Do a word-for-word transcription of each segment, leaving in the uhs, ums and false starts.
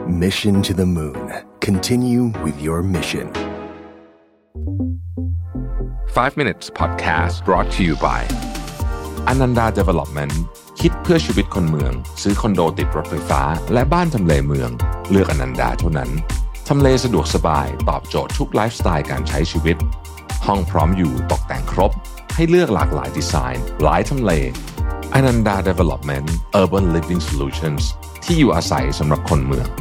Mission to the Moon. Continue with your mission. five minutes podcast brought to you by Ananda Development คิดเพื่อชีวิตคนเมืองซื้อคอนโดติดรถไฟฟ้าและบ้านทำเลเมืองเลือก Ananda เท่านั้นทำเลสะดวกสบายตอบโจทย์ทุกไลฟ์สไตล์การใช้ชีวิตห้องพร้อมอยู่ตกแต่งครบให้เลือกหลากหลายดีไซน์หลายทำเล Ananda Development Urban Living Solutions ที่อยู่อาศัยสำหรับคนเมือง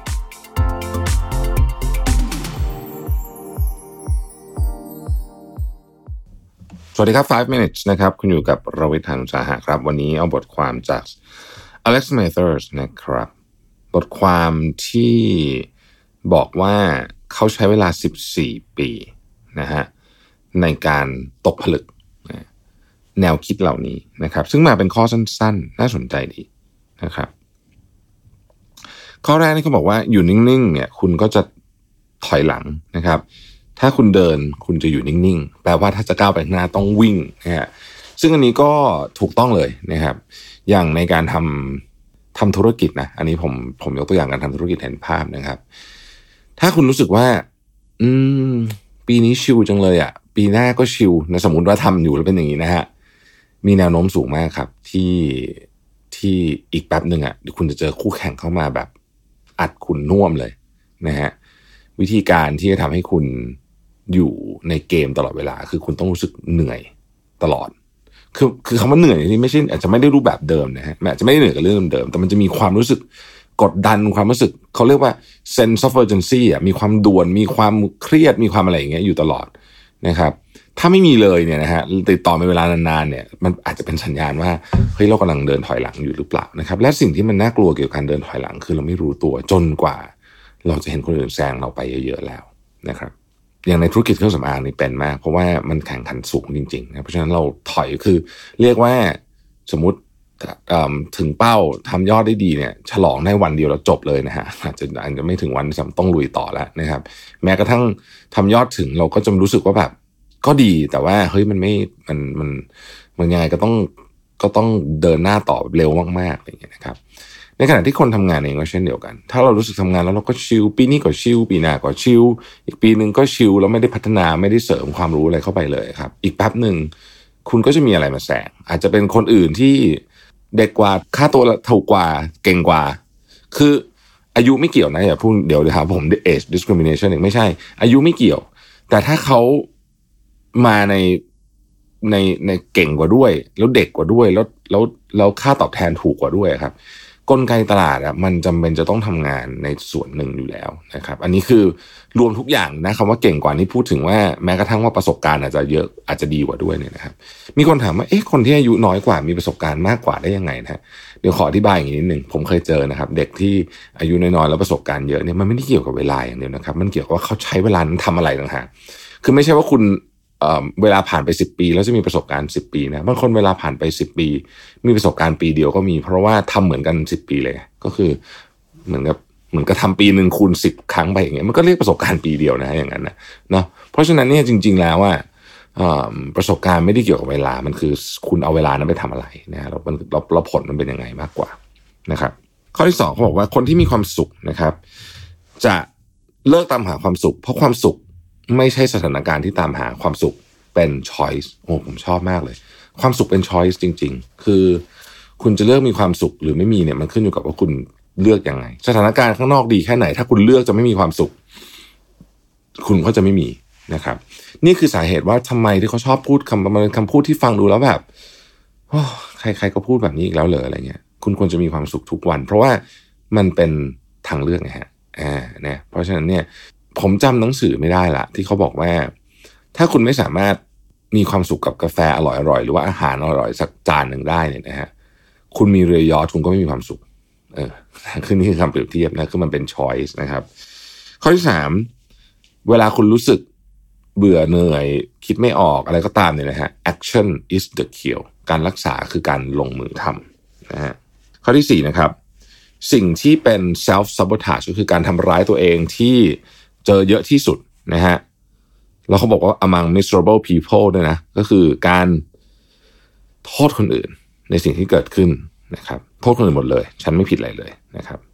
สวัสดีครับ five minutes นะครับคุณอยู่กับรวิทย์ หาญอุตสาหะครับวันนี้เอาบทความจาก Alex Mathers นะครับบทความที่บอกว่าเขาใช้เวลาสิบสี่ปีนะฮะในการตกผลึกนะแนวคิดเหล่านี้นะครับซึ่งมาเป็นข้อสั้นๆน่าสนใจดีนะครับข้อแรกนี่เขาบอกว่าอยู่นิ่งๆเนี่ยคุณก็จะถอยหลังนะครับถ้าคุณเดินคุณจะอยู่นิ่งๆแปลว่าถ้าจะก้าวไปข้างหน้าต้องวิ่งนะฮะซึ่งอันนี้ก็ถูกต้องเลยนะครับอย่างในการทำทำธุรกิจนะอันนี้ผมผมยกตัวอย่างการทำธุรกิจเห็นภาพนะครับถ้าคุณรู้สึกว่าอืมปีนี้ชิลจังเลยอ่ะปีหน้าก็ชิลนะสมมุติว่าทำอยู่แล้วเป็นอย่างนี้นะฮะมีแนวโน้มสูงมากครับที่ที่อีกแป๊บนึงอ่ะคุณจะเจอคู่แข่งเข้ามาแบบอัดคุณน่วมเลยนะฮะวิธีการที่จะทำให้คุณอยู่ในเกมตลอดเวลาคือคุณต้องรู้สึกเหนื่อยตลอดคือคือคำว่าเหนื่อยนี่ไม่ใช่อาจจะไม่ได้รูปแบบเดิมนะฮะอาจจะไม่ได้เหนื่อยกับเรื่องเดิมแต่มันจะมีความรู้สึกกดดันความรู้สึกเขาเรียกว่า sense of urgency อ่ะมีความด่วนมีความเครียดมีความอะไรอย่างเงี้ยอยู่ตลอดนะครับถ้าไม่มีเลยเนี่ยนะฮะติดต่อเป็นเวลานานๆเนี่ยมันอาจจะเป็นสัญญาณว่าเฮ้ยเรากำลังเดินถอยหลังอยู่หรือเปล่านะครับและสิ่งที่มันน่ากลัวเกี่ยวกับการเดินถอยหลังคือเราไม่รู้ตัวจนกว่าเราจะเห็นคนอื่นแซงเราไปเยอะๆแล้วนะครับอย่างในธุรกิจเครื่องสำอางนี่เป็นมากเพราะว่ามันแข่งขันสูงจริงๆนะเพราะฉะนั้นเราถอยคือเรียกว่าสมมุติถึงเป้าทำยอดได้ดีเนี่ยฉลองได้วันเดียวแล้วจบเลยนะฮะอาจจะอาจจะไม่ถึงวันที่ต้องลุยต่อแล้วนะครับแม้กระทั่งทำยอดถึงเราก็จะรู้สึกว่าแบบก็ดีแต่ว่าเฮ้ยมันไม่มันมันมันยังไงก็ต้องก็ต้องเดินหน้าต่อเร็วมากๆอะไรอย่างเงี้ยนะครับในขณะที่คนทำงานเองก็เช่นเดียวกันถ้าเรารู้สึกทำงานแล้วเราก็ชิลปีนี้ก็ชิลปีหน้าก็ชิลอีกปีนึงก็ชิลแล้วไม่ได้พัฒนาไม่ได้เสริมความรู้อะไรเข้าไปเลยครับอีกแป๊บนึงคุณก็จะมีอะไรมาแซงอาจจะเป็นคนอื่นที่เด็กกว่าค่าตัวถูกกว่าเก่งกว่าคืออายุไม่เกี่ยวนะอย่าพูดเดี๋ยวเดี๋ยวครับผม age discrimination เองไม่ใช่อายุไม่เกี่ยวแต่ถ้าเขามาในในในเก่งกว่าด้วยแล้วเด็กกว่าด้วยแล้วแล้วแล้วค่าตอบแทนถูกกว่าด้วยครับกลไกตลาดอ่ะมันจำเป็นจะต้องทำงานในส่วนหนึ่งอยู่แล้วนะครับอันนี้คือรวมทุกอย่างนะคำว่าเก่งกว่านี้พูดถึงว่าแม้กระทั่งว่าประสบการณ์อาจจะเยอะอาจจะดีกว่าด้วยเนี่ยนะครับมีคนถามว่าเอ๊ะคนที่อายุน้อยกว่ามีประสบการณ์มากกว่าได้ยังไงนะเดี๋ยวขออธิบายอย่างนี้นิดนึงผมเคยเจอนะครับเด็กที่อายุน้อยๆแล้วประสบการณ์เยอะเนี่ยมันไม่ได้เกี่ยวกับเวลาอย่างเดียวนะครับมันเกี่ยวกับว่าเขาใช้เวลานั้นทำอะไรต่างหากคือไม่ใช่ว่าคุณเอ่อเวลาผ่านไปสิบปีแล้วจะมีประสบการณ์สิบปีนะบางคนเวลาผ่านไปสิบปีมีประสบการณ์ปีเดียวก็มีเพราะว่าทำเหมือนกันสิบปีเลยก็คือเหมือนกับเหมือนกับทำปีนึงคูณสิบครั้งไปอย่างเงี้ยมันก็เรียกประสบการณ์ปีเดียวนะอย่างนั้นนะเนาะเพราะฉะนั้นเนี่ยจริงๆแล้วว่าประสบการณ์ไม่ได้เกี่ยวกับเวลามันคือคุณเอาเวลานั้นไปทำอะไรนะเราเราเราผลมันเป็นยังไงมากกว่านะครับข้อที่สองเขาบอกว่าคนที่มีความสุขนะครับจะเลิกตามหาความสุขเพราะความสุขไม่ใช่สถานการณ์ที่ตามหาความสุขเป็น choice โอ้ผมชอบมากเลยความสุขเป็น choice จริงๆคือคุณจะเลือกมีความสุขหรือไม่มีเนี่ยมันขึ้นอยู่กับว่าคุณเลือกยังไงสถานการณ์ข้างนอกดีแค่ไหนถ้าคุณเลือกจะไม่มีความสุขคุณก็จะไม่มีนะครับนี่คือสาเหตุว่าทำไมที่เขาชอบพูดคำมันคำพูดที่ฟังดูแล้วแบบโอ้ใครๆก็พูดแบบนี้อีกแล้วเหรออะไรเงี้ยคุณควรจะมีความสุขทุกวันเพราะว่ามันเป็นทางเลือกไงฮะอ่าเนี่ยเพราะฉะนั้นเนี่ยผมจำหนังสือไม่ได้ละที่เขาบอกว่าถ้าคุณไม่สามารถมีความสุขกับกาแฟอร่อยๆหรือว่าอาหารอร่อยสักจานหนึ่งได้เนี่ยนะฮะคุณมีเรือยอชท์คุณก็ไม่มีความสุขเออคือนี่คือคำเปรียบเทียบนะคือมันเป็น choice นะครับข้อที่สามเวลาคุณรู้สึกเบื่อเหนื่อยคิดไม่ออกอะไรก็ตามเนี่ยนะฮะ action is the cure การรักษาคือการลงมือทำนะฮะข้อที่สี่นะครับสิ่งที่เป็น self sabotage ก็คือการทำร้ายตัวเองที่เจอเยอะที่สุดนะฮะแล้วเขาบอกว่า among miserable people ด้วยนะก็คือการโทษคนอื่นในสิ่งที่เกิดขึ้นนะครับโทษคนอื่นหมดเลยฉันไม่ผิดอะไรเลยนะครับ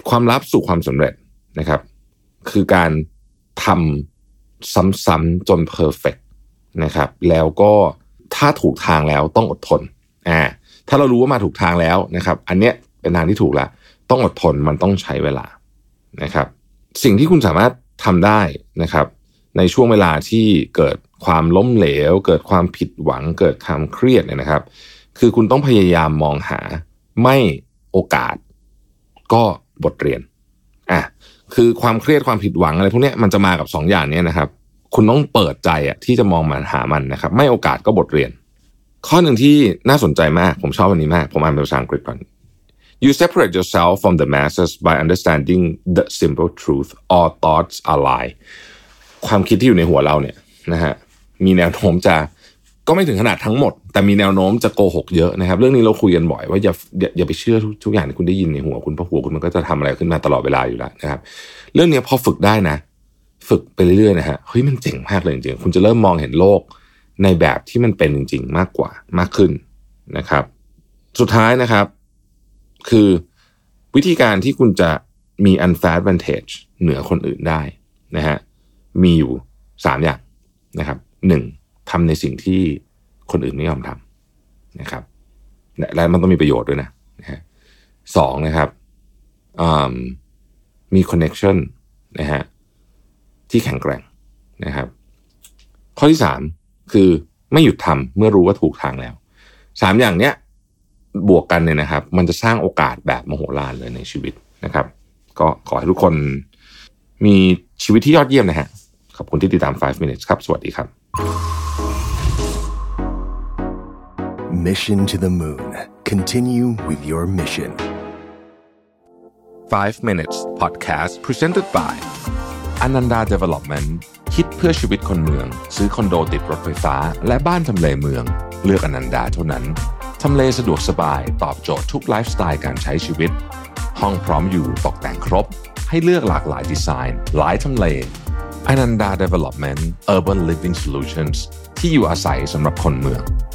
ความลับสู่ความสำเร็จนะครับคือการทำซ้ำๆจนเพอร์เฟกต์นะครับแล้วก็ถ้าถูกทางแล้วต้องอดทนอ่าถ้าเรารู้ว่ามาถูกทางแล้วนะครับอันเนี้ยเป็นทางที่ถูกแล้วต้องอดทนมันต้องใช้เวลานะครับสิ่งที่คุณสามารถทำได้นะครับในช่วงเวลาที่เกิดความล้มเหลวเกิดความผิดหวังเกิดความเครียดเนี่ยนะครับคือคุณต้องพยายามมองหาไม่โอกาสก็บทเรียนอ่ะคือความเครียดความผิดหวังอะไรพวกนี้มันจะมากับสองอย่างนี้นะครับคุณต้องเปิดใจอ่ะที่จะมองมันหามันนะครับไม่โอกาสก็บทเรียนข้อหนึ่งที่น่าสนใจมากผมชอบอันนี้มากผมอ่านเป็นภาษาอังกฤษก่อน You separate yourself from the masses by understanding the simple truth all thoughts are lie ความคิดที่อยู่ในหัวเราเนี่ยนะฮะมีแนวโน้มจะก็ไม่ถึงขนาดทั้งหมดแต่มีแนวโน้มจะโกหกเยอะนะครับเรื่องนี้เราคุยกันบ่อยว่าอย่าอย่าอย่าไปเชื่อทุกทุกอย่างที่คุณได้ยินในหัวคุณเพราะหัวคุณมันก็จะทำอะไรขึ้นมาตลอดเวลาอยู่แล้วนะครับเรื่องนี้พอฝึกได้นะฝึกไปเรื่อยๆนะฮะเฮ้ยมันเจ๋งมากเลยจริงๆคุณจะเริ่มมองเห็นโลกในแบบที่มันเป็นจริงๆมากกว่ามากขึ้นนะครับสุดท้ายนะครับคือวิธีการที่คุณจะมี unfair advantage เหนือคนอื่นได้นะฮะมีอยู่สามอย่างนะครับหนึ่งทำในสิ่งที่คนอื่นไม่ยอมทำนะครับและมันต้องมีประโยชน์ด้วยนะนะฮะสองนะครับมี connection นะฮะที่แข็งแกร่งนะครับข้อที่สามคือไม่หยุดทำเมื่อรู้ว่าถูกทางแล้วสามอย่างเนี้ยบวกกันเนี่ยนะครับมันจะสร้างโอกาสแบบมโหฬารเลยในชีวิตนะครับก็ขอให้ทุกคนมีชีวิตที่ยอดเยี่ยมนะฮะขอบคุณที่ติดตามไฟว์ minutes ครับสวัสดีครับ Mission to the Moon. Continue with your mission. ไฟว์ minutes podcast presented by Ananda Development คิดเพื่อชีวิตคนเมืองซื้อคอนโดติดรถไฟฟ้าและบ้านทำเลเมืองเลือก Ananda เท่านั้นทำเลสะดวกสบายตอบโจทย์ทุกไลฟ์สไตล์การใช้ชีวิตห้องพร้อมอยู่ตกแต่งครบให้เลือกหลากหลายดีไซน์หลายทำเล Ananda Development Urban Living Solutions ที่อยู่อาศัยสำหรับคนเมือง